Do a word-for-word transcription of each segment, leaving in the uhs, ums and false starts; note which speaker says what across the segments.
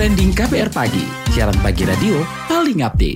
Speaker 1: Trending K B R Pagi, siaran pagi radio paling update.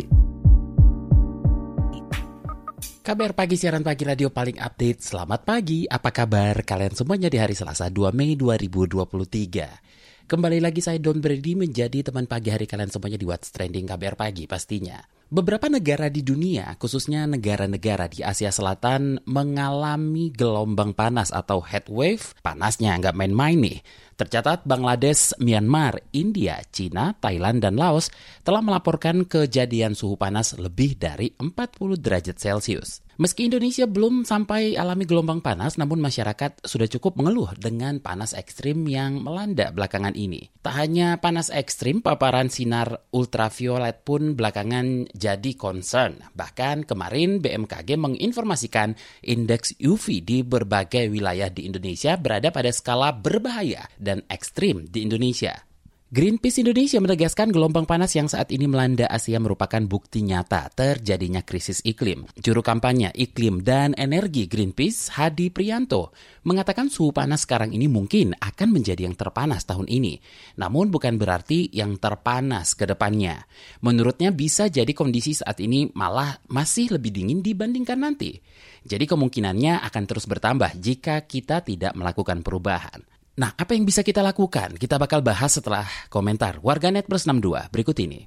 Speaker 1: K B R Pagi, siaran pagi radio paling update. Selamat pagi, apa kabar kalian semuanya di hari Selasa dua Mei dua ribu dua puluh tiga. Kembali lagi saya Don Brady menjadi teman pagi hari kalian semuanya di What's Trending K B R Pagi pastinya. Beberapa negara di dunia, khususnya negara-negara di Asia Selatan, mengalami gelombang panas atau heat wave. Panasnya nggak main-main nih. Tercatat Bangladesh, Myanmar, India, China, Thailand, dan Laos telah melaporkan kejadian suhu panas lebih dari empat puluh derajat Celcius. Meski Indonesia belum sampai alami gelombang panas, namun masyarakat sudah cukup mengeluh dengan panas ekstrim yang melanda belakangan ini. Tak hanya panas ekstrim, paparan sinar ultraviolet pun belakangan jadi concern. Bahkan kemarin B M K G menginformasikan indeks U V di berbagai wilayah di Indonesia berada pada skala berbahaya dan ekstrim di Indonesia. Greenpeace Indonesia menegaskan gelombang panas yang saat ini melanda Asia merupakan bukti nyata terjadinya krisis iklim. Juru kampanye iklim dan energi Greenpeace, Hadi Prianto, mengatakan suhu panas sekarang ini mungkin akan menjadi yang terpanas tahun ini. Namun bukan berarti yang terpanas ke depannya. Menurutnya bisa jadi kondisi saat ini malah masih lebih dingin dibandingkan nanti. Jadi kemungkinannya akan terus bertambah jika kita tidak melakukan perubahan. Nah, apa yang bisa kita lakukan? Kita bakal bahas setelah komentar Warganet Plus enam dua berikut ini.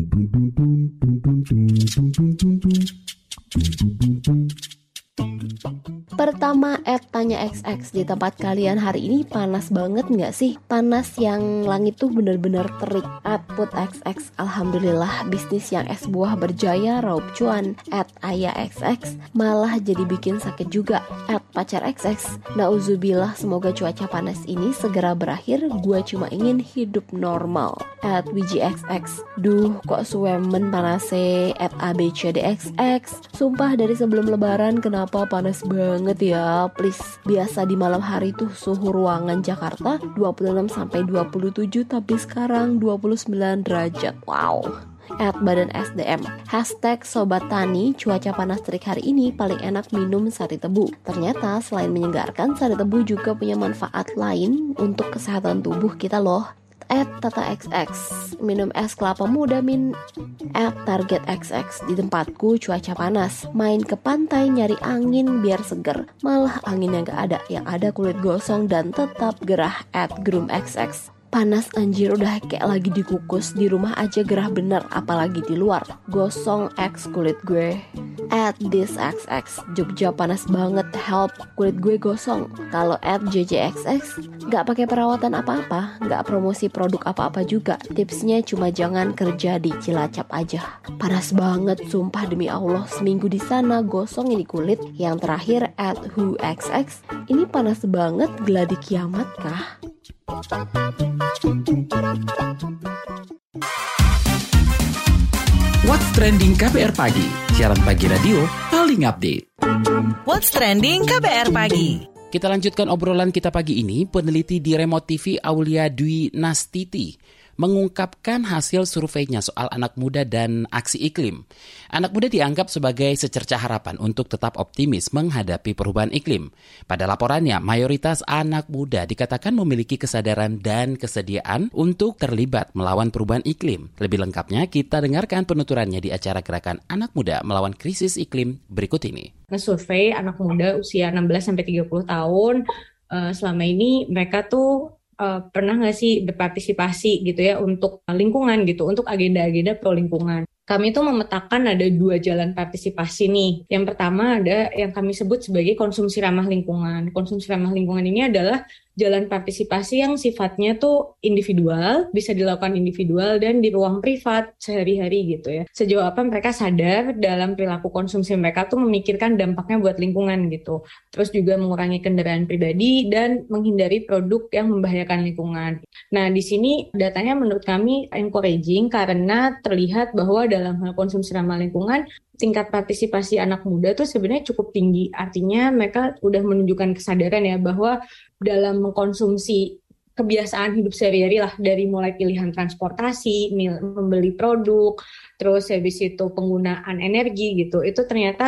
Speaker 2: Pertama, at tanya X X, di tempat kalian hari ini panas banget nggak sih? Panas yang langit tuh bener-bener terik. At put X X, alhamdulillah bisnis yang es buah berjaya raup cuan. At ayah X X, malah jadi bikin sakit juga. At pacar X X, nauzubillah semoga cuaca panas ini segera berakhir. Gua cuma ingin hidup normal. At W G X X, duh kok suemen panase. At A B C D X X, sumpah dari sebelum lebaran kenapa panas banget ya, please. Biasa di malam hari tuh suhu ruangan Jakarta dua puluh enam sampai dua puluh tujuh, tapi sekarang dua puluh sembilan derajat. Wow. At Badan S D M, hashtag Sobat Tani, cuaca panas terik hari ini paling enak minum sari tebu. Ternyata selain menyegarkan, sari tebu juga punya manfaat lain untuk kesehatan tubuh kita loh. At Tata X X, minum es kelapa muda min. At Target X X, di tempatku cuaca panas, main ke pantai nyari angin biar seger, malah anginnya gak ada, yang ada kulit gosong dan tetap gerah. At Groom X X, panas anjir, udah kayak lagi dikukus, di rumah aja gerah bener, apalagi di luar, gosong X kulit gue. At This X X, Jogja panas banget, help, kulit gue gosong. Kalau at J J X X, gak pakai perawatan apa-apa, gak promosi produk apa-apa juga, tipsnya cuma jangan kerja di Cilacap aja. Panas banget, sumpah demi Allah, seminggu di sana gosong ini kulit. Yang terakhir at Who X X, ini panas banget, geladi kiamat kah?
Speaker 1: What's Trending K B R Pagi, siaran pagi radio paling update.
Speaker 3: What's Trending K B R Pagi.
Speaker 1: Kita lanjutkan obrolan kita pagi ini. Peneliti di Remote T V Aulia Dwi Nastiti mengungkapkan hasil surveinya soal anak muda dan aksi iklim. Anak muda dianggap sebagai secercah harapan untuk tetap optimis menghadapi perubahan iklim. Pada laporannya, mayoritas anak muda dikatakan memiliki kesadaran dan kesediaan untuk terlibat melawan perubahan iklim. Lebih lengkapnya, kita dengarkan penuturannya di acara Gerakan Anak Muda Melawan Krisis Iklim berikut ini.
Speaker 4: Ngesurvei anak muda usia enam belas sampai tiga puluh tahun, uh, selama ini mereka tuh Uh, pernah nggak sih berpartisipasi gitu ya untuk lingkungan gitu, untuk agenda-agenda pro lingkungan. Kami tuh memetakan ada dua jalan partisipasi nih. Yang pertama ada yang kami sebut sebagai konsumsi ramah lingkungan. Konsumsi ramah lingkungan ini adalah jalan partisipasi yang sifatnya tuh individual, bisa dilakukan individual dan di ruang privat sehari-hari gitu ya. Sejauh apa mereka sadar dalam perilaku konsumsi mereka tuh memikirkan dampaknya buat lingkungan gitu. Terus juga mengurangi kendaraan pribadi dan menghindari produk yang membahayakan lingkungan. Nah, di sini datanya menurut kami encouraging karena terlihat bahwa dalam hal konsumsi ramah lingkungan tingkat partisipasi anak muda tuh sebenarnya cukup tinggi. Artinya mereka udah menunjukkan kesadaran ya bahwa dalam mengkonsumsi kebiasaan hidup sehari-hari lah, dari mulai pilihan transportasi, membeli produk, terus habis itu penggunaan energi gitu, itu ternyata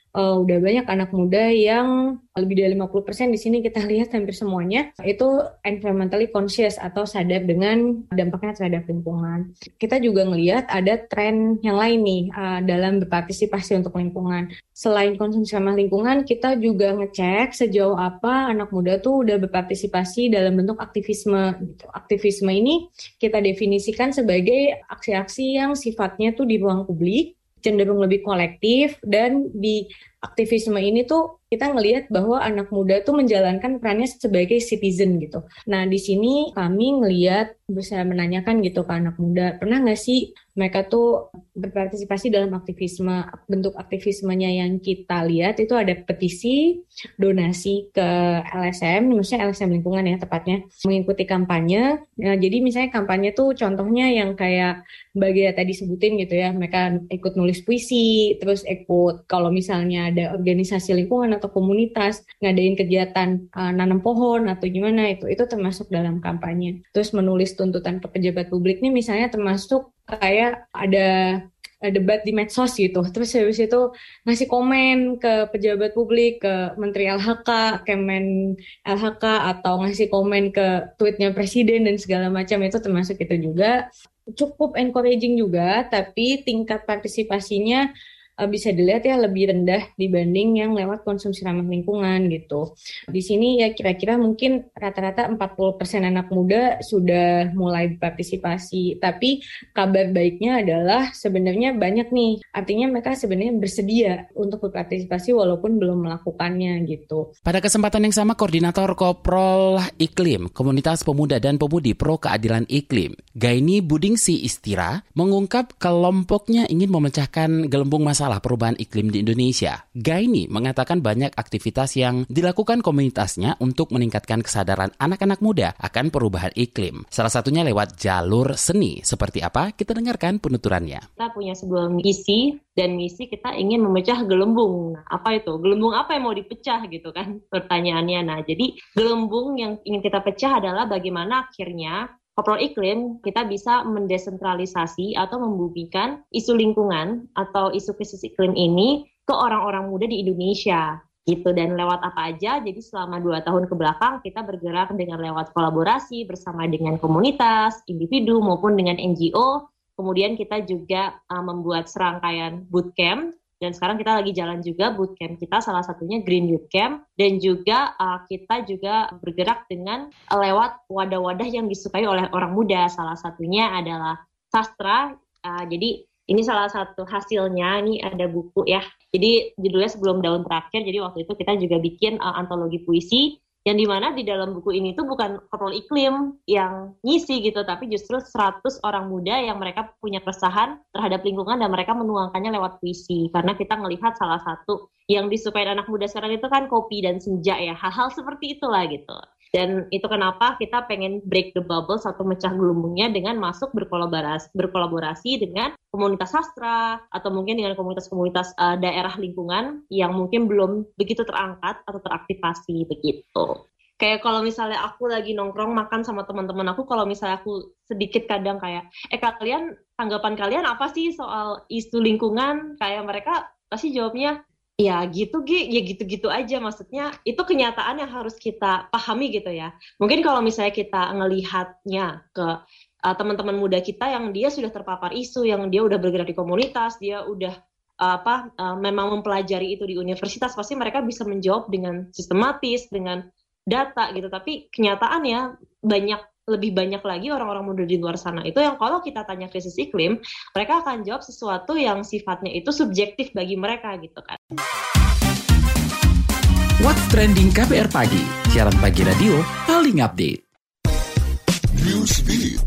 Speaker 4: uh, udah banyak anak muda yang lebih dari lima puluh persen di sini kita lihat hampir semuanya itu environmentally conscious atau sadar dengan dampaknya terhadap lingkungan. Kita juga ngelihat ada tren yang lain nih uh, dalam berpartisipasi untuk lingkungan. Selain konsumsi ramah lingkungan, kita juga ngecek sejauh apa anak muda tuh udah berpartisipasi dalam bentuk aktivisme. Gitu. Aktivisme ini kita definisikan sebagai aksi-aksi yang sifatnya tuh di ruang publik, cenderung lebih kolektif, dan di aktivisme ini tuh kita ngelihat bahwa anak muda tuh menjalankan perannya sebagai citizen gitu. Nah di sini kami ngelihat, bisa menanyakan gitu ke anak muda, pernah nggak sih mereka tuh berpartisipasi dalam aktivisme? Bentuk aktivismenya yang kita lihat itu ada petisi, donasi ke L S M, maksudnya L S M lingkungan ya tepatnya, mengikuti kampanye. Nah, jadi misalnya kampanye tuh contohnya yang kayak bagian tadi sebutin gitu ya, mereka ikut nulis puisi, terus ikut kalau misalnya ada organisasi lingkungan atau komunitas ngadain kegiatan uh, nanam pohon atau gimana, itu itu termasuk dalam kampanye. Terus menulis tuntutan ke pejabat publik nih misalnya termasuk kayak ada debat di medsos gitu, terus habis itu ngasih komen ke pejabat publik, ke Menteri L H K, Kemen L H K, atau ngasih komen ke tweetnya presiden dan segala macam, itu termasuk itu juga. Cukup encouraging juga, tapi tingkat partisipasinya bisa dilihat ya lebih rendah dibanding yang lewat konsumsi ramah lingkungan gitu. Di sini ya kira-kira mungkin rata-rata empat puluh persen anak muda sudah mulai berpartisipasi. Tapi kabar baiknya adalah sebenarnya banyak nih. Artinya mereka sebenarnya bersedia untuk berpartisipasi walaupun belum melakukannya gitu.
Speaker 1: Pada kesempatan yang sama, Koordinator Koprol Iklim, Komunitas Pemuda dan Pemudi Pro Keadilan Iklim, Gaini Budingsi Istira, mengungkap kelompoknya ingin memecahkan gelembung masalah perubahan iklim di Indonesia. Gaini mengatakan banyak aktivitas yang dilakukan komunitasnya untuk meningkatkan kesadaran anak-anak muda akan perubahan iklim. Salah satunya lewat jalur seni. Seperti apa? Kita dengarkan penuturannya.
Speaker 5: Kita punya sebuah misi, dan misi kita ingin memecah gelembung. Nah, apa itu? Gelembung apa yang mau dipecah gitu kan pertanyaannya. Nah, jadi gelembung yang ingin kita pecah adalah bagaimana akhirnya Koprol Iklim kita bisa mendesentralisasi atau membumikan isu lingkungan atau isu krisis iklim ini ke orang-orang muda di Indonesia gitu. Dan lewat apa aja? Jadi selama dua tahun ke belakang kita bergerak dengan lewat kolaborasi bersama dengan komunitas, individu maupun dengan N G O. Kemudian kita juga uh, membuat serangkaian bootcamp. Dan sekarang kita lagi jalan juga bootcamp kita, salah satunya Green Youth Camp. Dan juga uh, kita juga bergerak dengan uh, lewat wadah-wadah yang disukai oleh orang muda. Salah satunya adalah sastra. Uh, jadi ini salah satu hasilnya, ini ada buku ya. Jadi judulnya Sebelum Daun Terakhir. Jadi waktu itu kita juga bikin uh, antologi puisi. Yang dimana di dalam buku ini tuh bukan Koprol Iklim yang ngisi gitu, tapi justru seratus orang muda yang mereka punya keresahan terhadap lingkungan dan mereka menuangkannya lewat puisi. Karena kita ngelihat salah satu yang disukai anak muda sekarang itu kan kopi dan senja ya, hal-hal seperti itulah gitu. Dan itu kenapa kita pengen break the bubble, satu mecah gelembungnya dengan masuk berkolaborasi, berkolaborasi dengan komunitas sastra atau mungkin dengan komunitas-komunitas uh, daerah lingkungan yang mungkin belum begitu terangkat atau teraktivasi begitu. Kayak kalau misalnya aku lagi nongkrong makan sama teman-teman aku, kalau misalnya aku sedikit kadang kayak, eh kalian, tanggapan kalian apa sih soal isu lingkungan? Kayak mereka pasti jawabnya, ya gitu Gi, ya gitu-gitu aja. Maksudnya itu kenyataan yang harus kita pahami gitu ya. Mungkin kalau misalnya kita ngelihatnya ke uh, teman-teman muda kita yang dia sudah terpapar isu, yang dia udah bergerak di komunitas, dia udah uh, apa uh, memang mempelajari itu di universitas, pasti mereka bisa menjawab dengan sistematis, dengan data gitu. Tapi kenyataannya banyak lebih banyak lagi orang-orang muda di luar sana itu yang kalau kita tanya krisis iklim, mereka akan jawab sesuatu yang sifatnya itu subjektif bagi mereka gitu kan.
Speaker 1: What's Trending K B R Pagi, siaran pagi radio paling update.
Speaker 6: Newsbeat.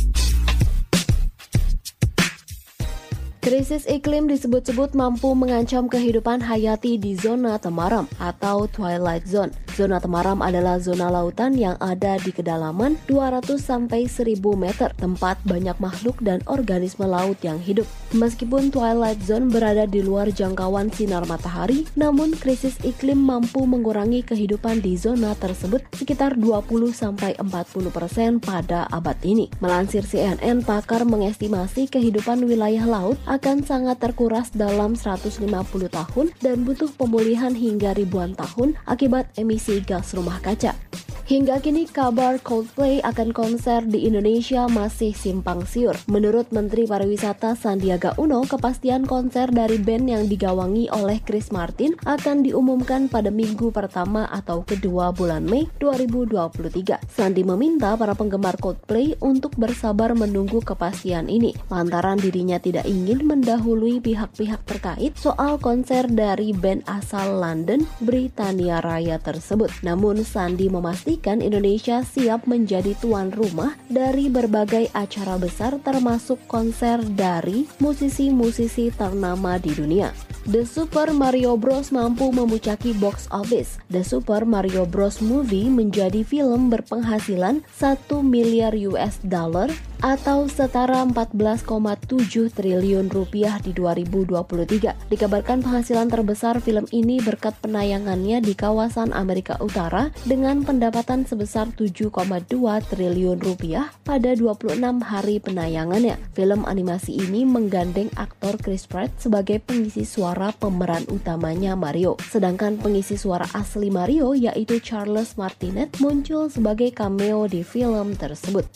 Speaker 2: Krisis iklim disebut-sebut mampu mengancam kehidupan hayati di zona temaram atau twilight zone. Zona temaram adalah zona lautan yang ada di kedalaman dua ratus sampai seribu meter, tempat banyak makhluk dan organisme laut yang hidup. Meskipun Twilight Zone berada di luar jangkauan sinar matahari, namun krisis iklim mampu mengurangi kehidupan di zona tersebut sekitar dua puluh sampai empat puluh persen pada abad ini. Melansir C N N, pakar mengestimasi kehidupan wilayah laut akan sangat terkuras dalam seratus lima puluh tahun dan butuh pemulihan hingga ribuan tahun akibat emisi gas rumah kaca. Hingga kini kabar Coldplay akan konser di Indonesia masih simpang siur. Menurut Menteri Pariwisata Sandiaga Uno, kepastian konser dari band yang digawangi oleh Chris Martin akan diumumkan pada minggu pertama atau kedua bulan Mei dua ribu dua puluh tiga. Sandi meminta para penggemar Coldplay untuk bersabar menunggu kepastian ini, lantaran dirinya tidak ingin mendahului pihak-pihak terkait soal konser dari band asal London, Britania Raya tersebut. Namun Sandi memastikan Indonesia siap menjadi tuan rumah dari berbagai acara besar termasuk konser dari musisi-musisi ternama di dunia. The Super Mario Bros. Mampu memuncaki box office. The Super Mario Bros. Movie menjadi film berpenghasilan satu miliar U S dollar atau setara empat belas koma tujuh triliun rupiah di dua ribu dua puluh tiga. Dikabarkan penghasilan terbesar film ini berkat penayangannya di kawasan Amerika Utara dengan pendapatan sebesar tujuh koma dua triliun rupiah pada dua puluh enam hari penayangannya. Film animasi ini menggandeng aktor Chris Pratt sebagai pengisi suara pemeran utamanya Mario. Sedangkan pengisi suara asli Mario yaitu Charles Martinet muncul sebagai cameo di film tersebut.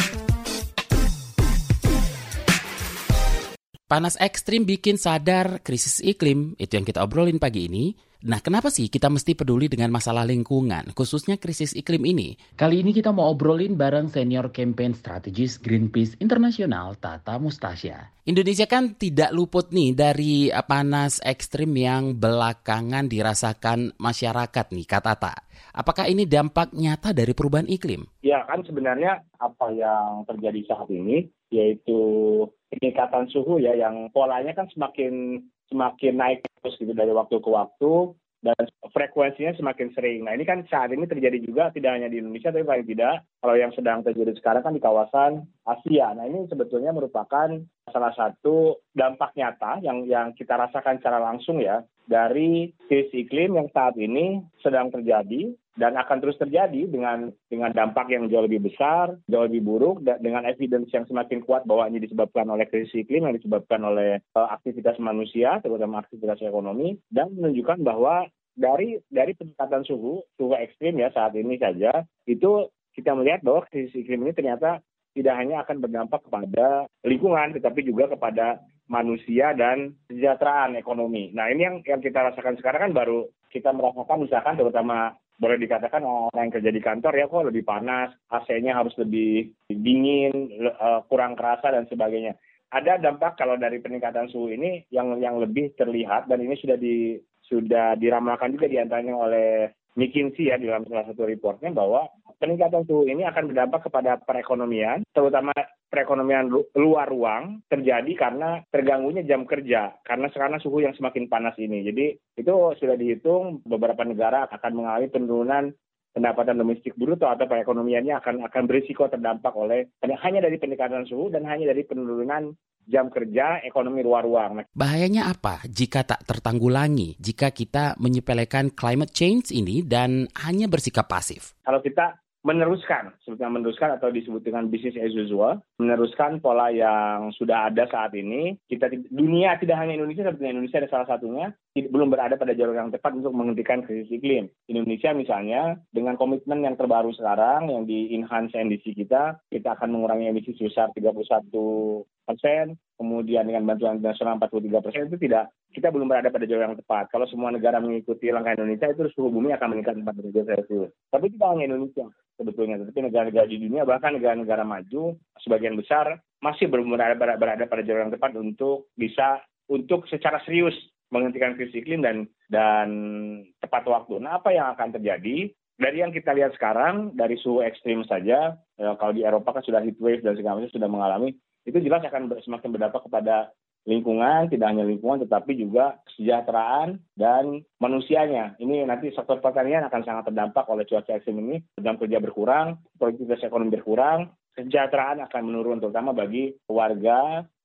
Speaker 1: Panas ekstrim bikin sadar krisis iklim, itu yang kita obrolin pagi ini. Nah, kenapa sih kita mesti peduli dengan masalah lingkungan, khususnya krisis iklim ini? Kali ini kita mau obrolin bareng senior campaign strategis Greenpeace Internasional, Tata Mustasya. Indonesia kan tidak luput nih dari panas ekstrim yang belakangan dirasakan masyarakat nih, Kak Tata. Apakah ini dampak nyata dari perubahan iklim?
Speaker 6: Ya kan sebenarnya apa yang terjadi saat ini, yaitu peningkatan suhu ya, yang polanya kan semakin semakin naik terus gitu dari waktu ke waktu dan frekuensinya semakin sering. Nah ini kan saat ini terjadi juga tidak hanya di Indonesia tapi paling tidak kalau yang sedang terjadi sekarang kan di kawasan Asia. Nah ini sebetulnya merupakan salah satu dampak nyata yang yang kita rasakan secara langsung ya dari krisis iklim yang saat ini sedang terjadi dan akan terus terjadi dengan dengan dampak yang jauh lebih besar, jauh lebih buruk, da, dengan evidence yang semakin kuat bahwa ini disebabkan oleh krisis iklim yang disebabkan oleh uh, aktivitas manusia, terutama aktivitas ekonomi, dan menunjukkan bahwa dari dari peningkatan suhu, suhu ekstrim ya saat ini saja, itu kita melihat bahwa krisis iklim ini ternyata tidak hanya akan berdampak kepada lingkungan, tetapi juga kepada manusia dan kesejahteraan ekonomi. Nah ini yang yang kita rasakan sekarang kan baru kita merasakan misalkan terutama boleh dikatakan orang yang kerja di kantor ya kok lebih panas, A C-nya harus lebih dingin, kurang kerasa dan sebagainya. Ada dampak kalau dari peningkatan suhu ini yang yang lebih terlihat dan ini sudah di sudah diramalkan juga diantaranya oleh McKinsey ya di dalam salah satu reportnya bahwa peningkatan suhu ini akan berdampak kepada perekonomian, terutama perekonomian luar ruang terjadi karena terganggunya jam kerja, karena sekarang suhu yang semakin panas ini. Jadi itu sudah dihitung beberapa negara akan mengalami penurunan pendapatan domestik bruto atau perekonomiannya akan akan berisiko terdampak oleh hanya dari peningkatan suhu dan hanya dari penurunan jam kerja ekonomi luar ruang.
Speaker 1: Bahayanya apa jika tak tertanggulangi, jika kita menyepelekan climate change ini dan hanya bersikap pasif?
Speaker 6: Kalau kita meneruskan, sebetulnya meneruskan atau disebut dengan business as usual, meneruskan pola yang sudah ada saat ini, kita dunia tidak hanya Indonesia, sebetulnya Indonesia ada salah satunya, belum berada pada jalur yang tepat untuk menghentikan krisis iklim. Indonesia misalnya, dengan komitmen yang terbaru sekarang, yang di enhance N D C kita, kita akan mengurangi emisi sebesar tiga puluh satu persen, kemudian dengan bantuan internasional empat puluh tiga persen, itu tidak, kita belum berada pada jalur yang tepat. Kalau semua negara mengikuti langkah Indonesia, itu suhu bumi akan meningkat empat derajat Celcius. Tapi tidak hanya Indonesia sebetulnya, tetapi negara-negara di dunia, bahkan negara-negara maju, sebagian besar masih belum berada, berada, berada pada jalur yang tepat untuk bisa, untuk secara serius menghentikan krisis iklim dan dan tepat waktu. Nah, apa yang akan terjadi? Dari yang kita lihat sekarang, dari suhu ekstrim saja, ya, kalau di Eropa kan sudah heat wave dan segala macam sudah mengalami, itu jelas akan semakin berdampak kepada lingkungan, tidak hanya lingkungan, tetapi juga kesejahteraan dan manusianya. Ini nanti sektor pertanian akan sangat terdampak oleh cuaca ekstrim ini, jam kerja berkurang, produktivitas ekonomi berkurang, kesejahteraan akan menurun, terutama bagi warga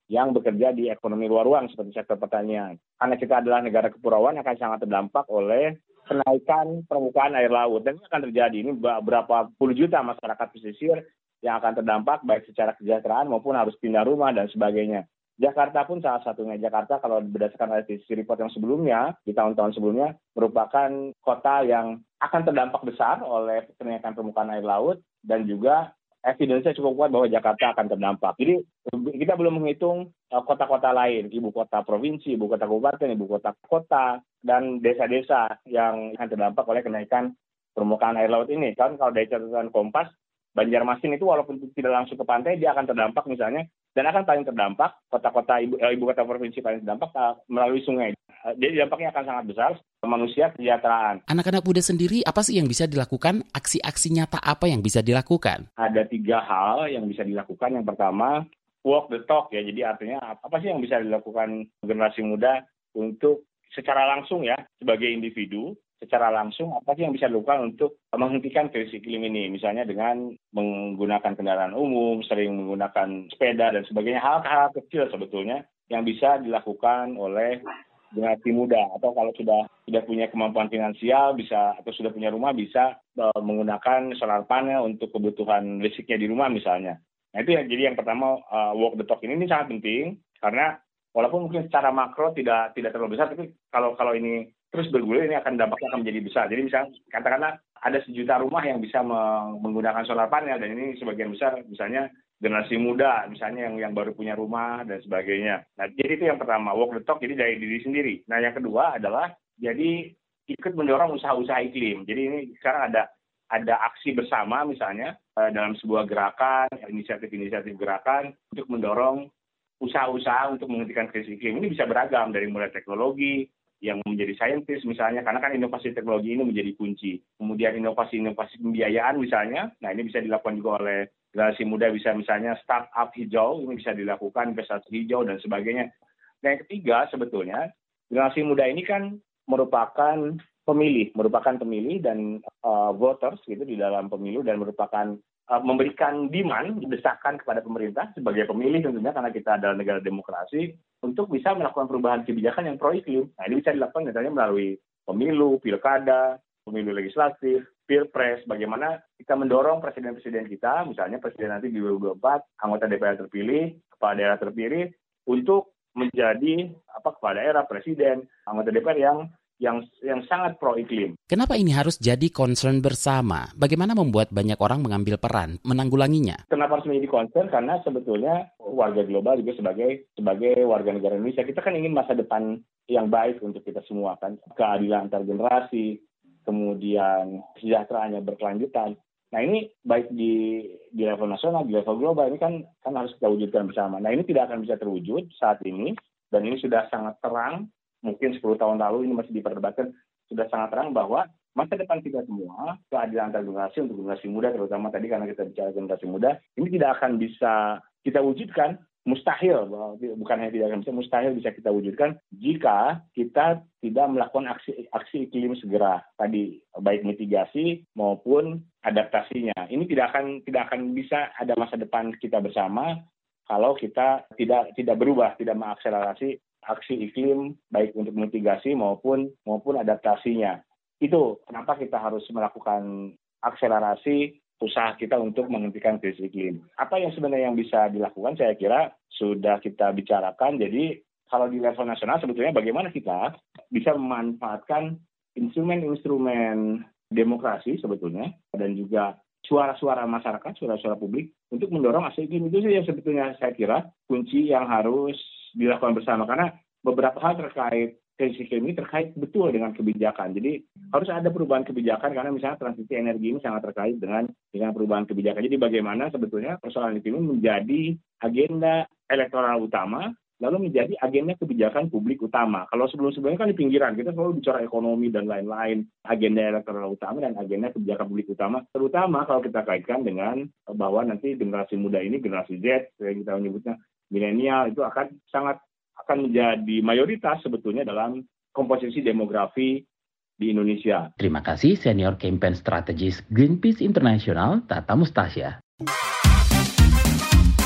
Speaker 6: yang bekerja di ekonomi luar ruang seperti sektor pertanian. Karena kita adalah negara kepulauan akan sangat terdampak oleh kenaikan permukaan air laut. Dan ini akan terjadi. Ini berapa puluh juta masyarakat pesisir yang akan terdampak baik secara kesejahteraan maupun harus pindah rumah dan sebagainya. Jakarta pun salah satunya. Jakarta kalau berdasarkan I T C report yang sebelumnya, di tahun-tahun sebelumnya, merupakan kota yang akan terdampak besar oleh kenaikan permukaan air laut dan juga evidence-nya cukup kuat bahwa Jakarta akan terdampak. Jadi kita belum menghitung uh, kota-kota lain, ibu kota provinsi, ibu kota kabupaten, ibu kota kota, dan desa-desa yang akan terdampak oleh kenaikan permukaan air laut ini. Kan kalau dari catatan Kompas, Banjarmasin itu walaupun tidak langsung ke pantai, dia akan terdampak misalnya, dan akan paling terdampak, kota-kota ibu, eh, ibu kota provinsi paling terdampak uh, melalui sungai. Uh, jadi dampaknya akan sangat besar, manusia, kesejahteraan.
Speaker 1: Anak-anak muda sendiri, apa sih yang bisa dilakukan? Aksi-aksi nyata apa yang bisa dilakukan?
Speaker 6: Ada tiga hal yang bisa dilakukan. Yang pertama, walk the talk ya. Jadi artinya apa sih yang bisa dilakukan generasi muda untuk secara langsung ya, sebagai individu, secara langsung apa sih yang bisa dilakukan untuk menghentikan krisis iklim ini? Misalnya dengan menggunakan kendaraan umum, sering menggunakan sepeda dan sebagainya. Hal-hal kecil sebetulnya yang bisa dilakukan oleh generasi muda. Atau kalau sudah tidak punya kemampuan finansial bisa atau sudah punya rumah bisa uh, menggunakan solar panel untuk kebutuhan listriknya di rumah misalnya. Nah itu yang jadi yang pertama uh, walk the talk ini, ini sangat penting karena walaupun mungkin secara makro tidak tidak terlalu besar, tapi kalau kalau ini terus bergulir ini akan dampaknya akan menjadi besar. Jadi misalnya katakanlah ada sejuta rumah yang bisa menggunakan solar panel dan ini sebagian besar misalnya generasi muda misalnya yang yang baru punya rumah dan sebagainya. Nah jadi itu yang pertama, walk the talk jadi dari diri sendiri. Nah yang kedua adalah jadi ikut mendorong usaha-usaha iklim. Jadi ini sekarang ada ada aksi bersama misalnya dalam sebuah gerakan, inisiatif-inisiatif gerakan untuk mendorong usaha-usaha untuk menghentikan krisis iklim. Ini bisa beragam dari mulai teknologi yang menjadi saintis misalnya, karena kan inovasi teknologi ini menjadi kunci. Kemudian inovasi-inovasi pembiayaan misalnya, nah ini bisa dilakukan juga oleh generasi muda, bisa misalnya startup hijau, ini bisa dilakukan investasi hijau dan sebagainya. Nah yang ketiga sebetulnya, generasi muda ini kan merupakan pemilih, merupakan pemilih dan uh, voters gitu di dalam pemilu dan merupakan uh, memberikan demand, desakan kepada pemerintah sebagai pemilih tentunya karena kita adalah negara demokrasi untuk bisa melakukan perubahan kebijakan yang pro iklim. Nah ini bisa dilakukan misalnya melalui pemilu, pilkada, pemilu legislatif, pilpres, bagaimana kita mendorong presiden-presiden kita, misalnya presiden nanti di dua ribu dua puluh empat, anggota D P R terpilih, kepala daerah terpilih, untuk menjadi apa kepala daerah, presiden, anggota D P R yang yang yang sangat pro iklim.
Speaker 1: Kenapa ini harus jadi concern bersama? Bagaimana membuat banyak orang mengambil peran menanggulanginya?
Speaker 6: Kenapa harus menjadi concern? Karena sebetulnya warga global juga sebagai sebagai warga negara Indonesia, kita kan ingin masa depan yang baik untuk kita semua kan, keadilan antar generasi, kemudian kesejahteraannya berkelanjutan. Nah ini baik di di level nasional, di level global ini kan kan harus kita wujudkan bersama. Nah ini tidak akan bisa terwujud saat ini dan ini sudah sangat terang. Mungkin sepuluh tahun lalu ini masih diperdebatkan, sudah sangat terang bahwa masa depan kita semua, keadilan antar generasi untuk generasi muda, terutama tadi karena kita bicara generasi muda, ini tidak akan bisa kita wujudkan, mustahil, bukan hanya tidak akan bisa, mustahil bisa kita wujudkan jika kita tidak melakukan aksi aksi iklim segera tadi, baik mitigasi maupun adaptasinya. Ini tidak akan tidak akan bisa ada masa depan kita bersama kalau kita tidak tidak berubah, tidak mengakselerasi aksi iklim baik untuk mitigasi maupun maupun adaptasinya. Itu kenapa kita harus melakukan akselerasi usaha kita untuk menghentikan krisis iklim. Apa yang sebenarnya yang bisa dilakukan saya kira sudah kita bicarakan. Jadi kalau di level nasional sebetulnya bagaimana kita bisa memanfaatkan instrumen-instrumen demokrasi sebetulnya dan juga suara-suara masyarakat, suara-suara publik untuk mendorong aksi iklim. Itu sih yang sebetulnya saya kira kunci yang harus dilakukan bersama, karena beberapa hal terkait krisis iklim ini terkait betul dengan kebijakan. Jadi harus ada perubahan kebijakan karena misalnya transisi energi ini sangat terkait dengan dengan perubahan kebijakan. Jadi bagaimana sebetulnya persoalan iklim ini menjadi agenda elektoral utama, lalu menjadi agenda kebijakan publik utama. Kalau sebelum-sebelumnya kan di pinggiran, kita selalu bicara ekonomi dan lain-lain, agenda elektoral utama dan agenda kebijakan publik utama, terutama kalau kita kaitkan dengan bahwa nanti generasi muda ini, generasi Z, yang kita menyebutnya milenial, itu akan sangat akan menjadi mayoritas sebetulnya dalam komposisi demografi di Indonesia.
Speaker 1: Terima kasih Senior Campaign Strategist Greenpeace International, Tata Mustasya.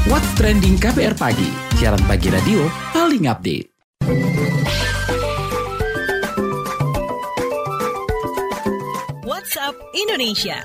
Speaker 1: What's Trending K B R Pagi, siaran pagi radio paling update.
Speaker 3: WhatsApp Indonesia.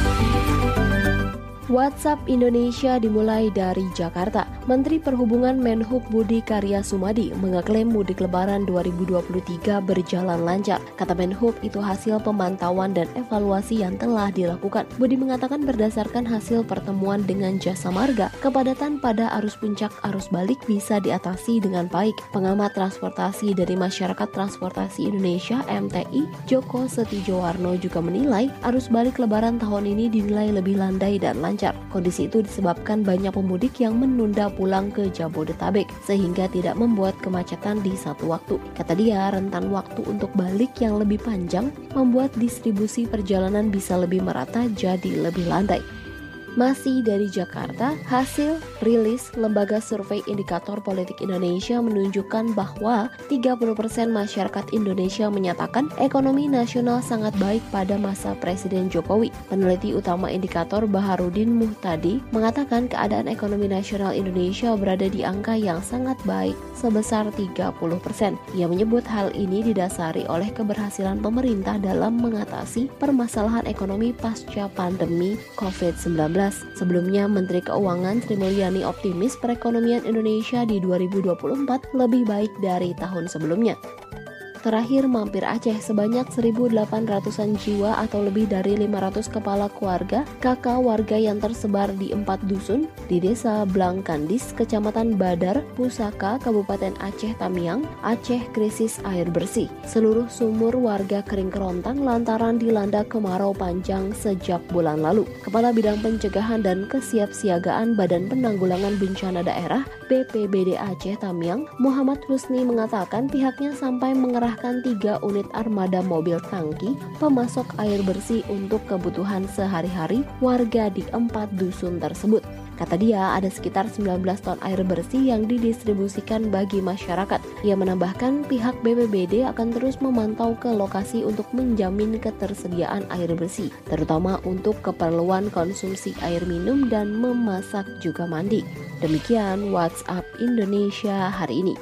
Speaker 2: WhatsApp Indonesia dimulai dari Jakarta. Menteri Perhubungan Menhub Budi Karya Sumadi mengeklaim mudik Lebaran dua ribu dua puluh tiga berjalan lancar. Kata Menhub, itu hasil pemantauan dan evaluasi yang telah dilakukan. Budi mengatakan berdasarkan hasil pertemuan dengan Jasa Marga, kepadatan pada arus puncak arus balik bisa diatasi dengan baik. Pengamat transportasi dari Masyarakat Transportasi Indonesia M T I, Joko Setijowarno juga menilai arus balik Lebaran tahun ini dinilai lebih landai dan lancar. Kondisi itu disebabkan banyak pemudik yang menunda pulang ke Jabodetabek sehingga tidak membuat kemacetan di satu waktu. Kata dia, rentan waktu untuk balik yang lebih panjang membuat distribusi perjalanan bisa lebih merata jadi lebih landai. Masih dari Jakarta, hasil rilis Lembaga Survei Indikator Politik Indonesia menunjukkan bahwa tiga puluh persen masyarakat Indonesia menyatakan ekonomi nasional sangat baik pada masa Presiden Jokowi. Peneliti utama indikator Baharudin Muhtadi mengatakan keadaan ekonomi nasional Indonesia berada di angka yang sangat baik sebesar tiga puluh persen. Ia menyebut hal ini didasari oleh keberhasilan pemerintah dalam mengatasi permasalahan ekonomi pasca pandemi covid sembilan belas. Sebelumnya, Menteri Keuangan Sri Mulyani optimis perekonomian Indonesia di dua ribu dua puluh empat lebih baik dari tahun sebelumnya. Terakhir mampir Aceh, sebanyak seribu delapan ratusan jiwa atau lebih dari lima ratus kepala keluarga, kakak warga yang tersebar di empat dusun di Desa Blangkandis, Kecamatan Badar, Pusaka, Kabupaten Aceh Tamiang, Aceh krisis air bersih. Seluruh sumur warga kering kerontang lantaran dilanda kemarau panjang sejak bulan lalu. Kepala Bidang Pencegahan dan Kesiapsiagaan Badan Penanggulangan Bencana Daerah B P B D Aceh Tamiang, Muhammad Husni mengatakan pihaknya sampai mengerahkan tiga unit armada mobil tangki pemasok air bersih untuk kebutuhan sehari-hari warga di empat dusun tersebut. Kata dia, ada sekitar sembilan belas ton air bersih yang didistribusikan bagi masyarakat. Ia menambahkan pihak B P B D akan terus memantau ke lokasi untuk menjamin ketersediaan air bersih, terutama untuk keperluan konsumsi air minum dan memasak juga mandi. Demikian WhatsApp Indonesia hari ini.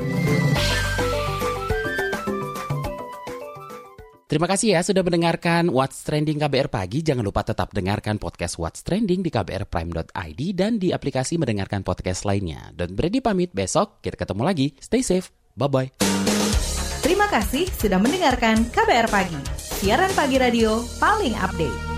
Speaker 1: Terima kasih ya sudah mendengarkan What's Trending K B R Pagi. Jangan lupa tetap dengarkan podcast What's Trending di k b r prime dot i d dan di aplikasi mendengarkan podcast lainnya. Don Brady pamit, besok kita ketemu lagi. Stay safe, bye-bye.
Speaker 3: Terima kasih sudah mendengarkan K B R Pagi, siaran pagi radio paling update.